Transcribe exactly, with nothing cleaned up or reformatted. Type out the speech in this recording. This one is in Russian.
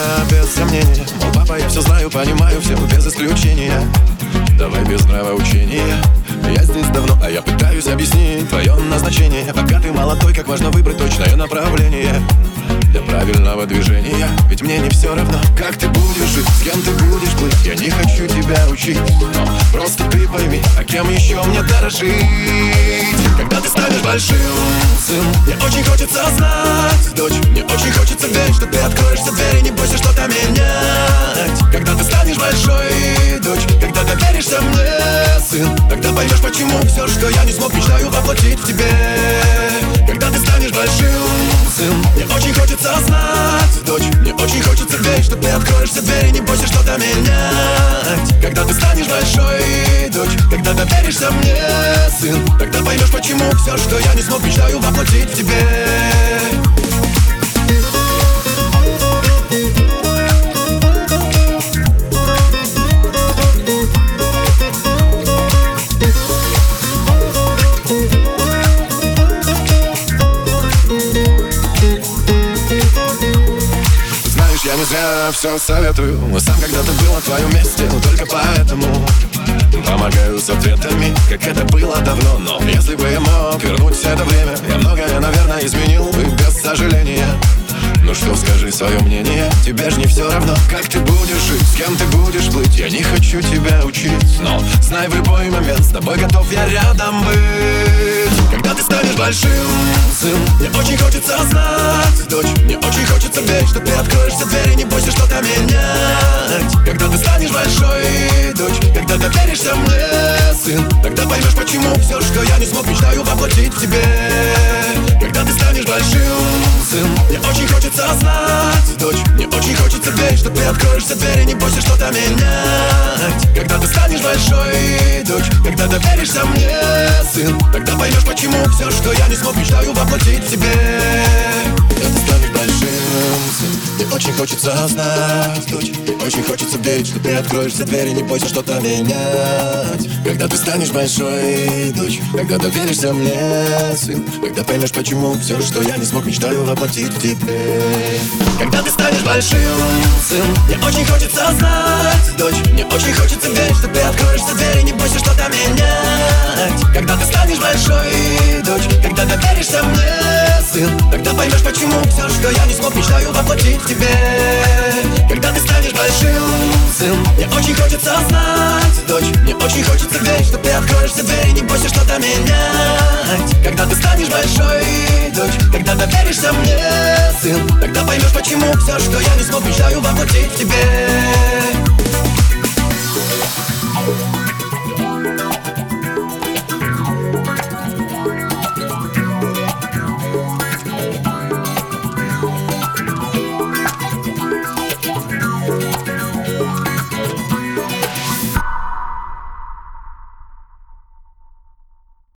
без сомнения. Мол, папа, я все знаю, понимаю все без исключения. Давай без нравоучения. Я здесь давно, а я пытаюсь объяснить твое назначение. Пока ты молодой, как важно выбрать точное направление для правильного движения. Ведь мне не все равно, как ты будешь жить, с кем ты будешь плыть. Я не хочу тебя учить, но просто ты пойми, а кем еще мне дорожить. Когда ты станешь большим, сын, мне очень хочется знать, дочь, мне очень хочется верить, что ты откроешься двери, не бойся что-то менять. Когда ты станешь большой, дочь, когда доверишься мне, сын, тогда поймешь, почему все, что я не смог, мечтаю воплотить в тебе. Когда ты станешь большим, сын, мне очень хочется знать, дочь, мне очень хочется верить, что ты откроешься двери, не бойся что-то менять. Когда ты станешь большой, дочь, когда доверишься мне, сын, тогда поймешь, почему все, что я не смог, мечтаю воплотить в тебе. Я не зря все советую, сам когда-то был на твоем месте, только поэтому помогаю с ответами, как это было давно. Но если бы я мог вернуть это время, я многое, наверное, изменил бы без сожаления. Ну что, скажи свое мнение, тебе ж не все равно, как ты будешь жить, с кем ты будешь плыть. Я не хочу тебя учить, но знай, в любой момент с тобой готов я рядом быть. Когда ты станешь большим, сын, мне очень хочется знать, дочь, мне очень хочется верить, что ты откроешься двери, не бойся что-то менять. Когда ты станешь большой, дочь, когда доверишься мне, сын, тогда поймешь, почему все, что я не смог, мечтаю воплотить в тебе. Когда ты станешь большим, сын, мне очень хочется знать, дочь, мне очень хочется верить, что ты откроешься двери, не бойся что-то менять. Когда ты станешь большой, дочь, когда доверишься мне, сын, тогда поймешь, почему все, что я не смог, мечтаю воплотить в тебе. Когда ты станешь большим, сын, мне очень хочется знать, дочь, мне очень хочется верить, что ты откроешься двери, не бойся что-то менять. Когда ты станешь большой, дочь, когда доверишься мне, сын, тогда поймешь, почему все, что я не смог, мечтаю воплотить в тебе. Когда ты станешь большим, сын, мне очень хочется знать, дочь, мне очень хочется верить, что ты откроешься двери, не бойся что-то менять. Когда ты станешь большой, дочь, когда доверишься мне, сын, тогда поймешь, почему все, что я не смог, мечтаю воплотить в тебе. Когда ты станешь большим, сын, мне очень хочется знать, дочь, мне очень хочется верить, что ты откроешься двери, не бойся что-то менять. Когда ты станешь большой, дочь, когда доверишься мне, сын, тогда поймешь, почему все, что я не смог, мечтаю воплотить в тебе.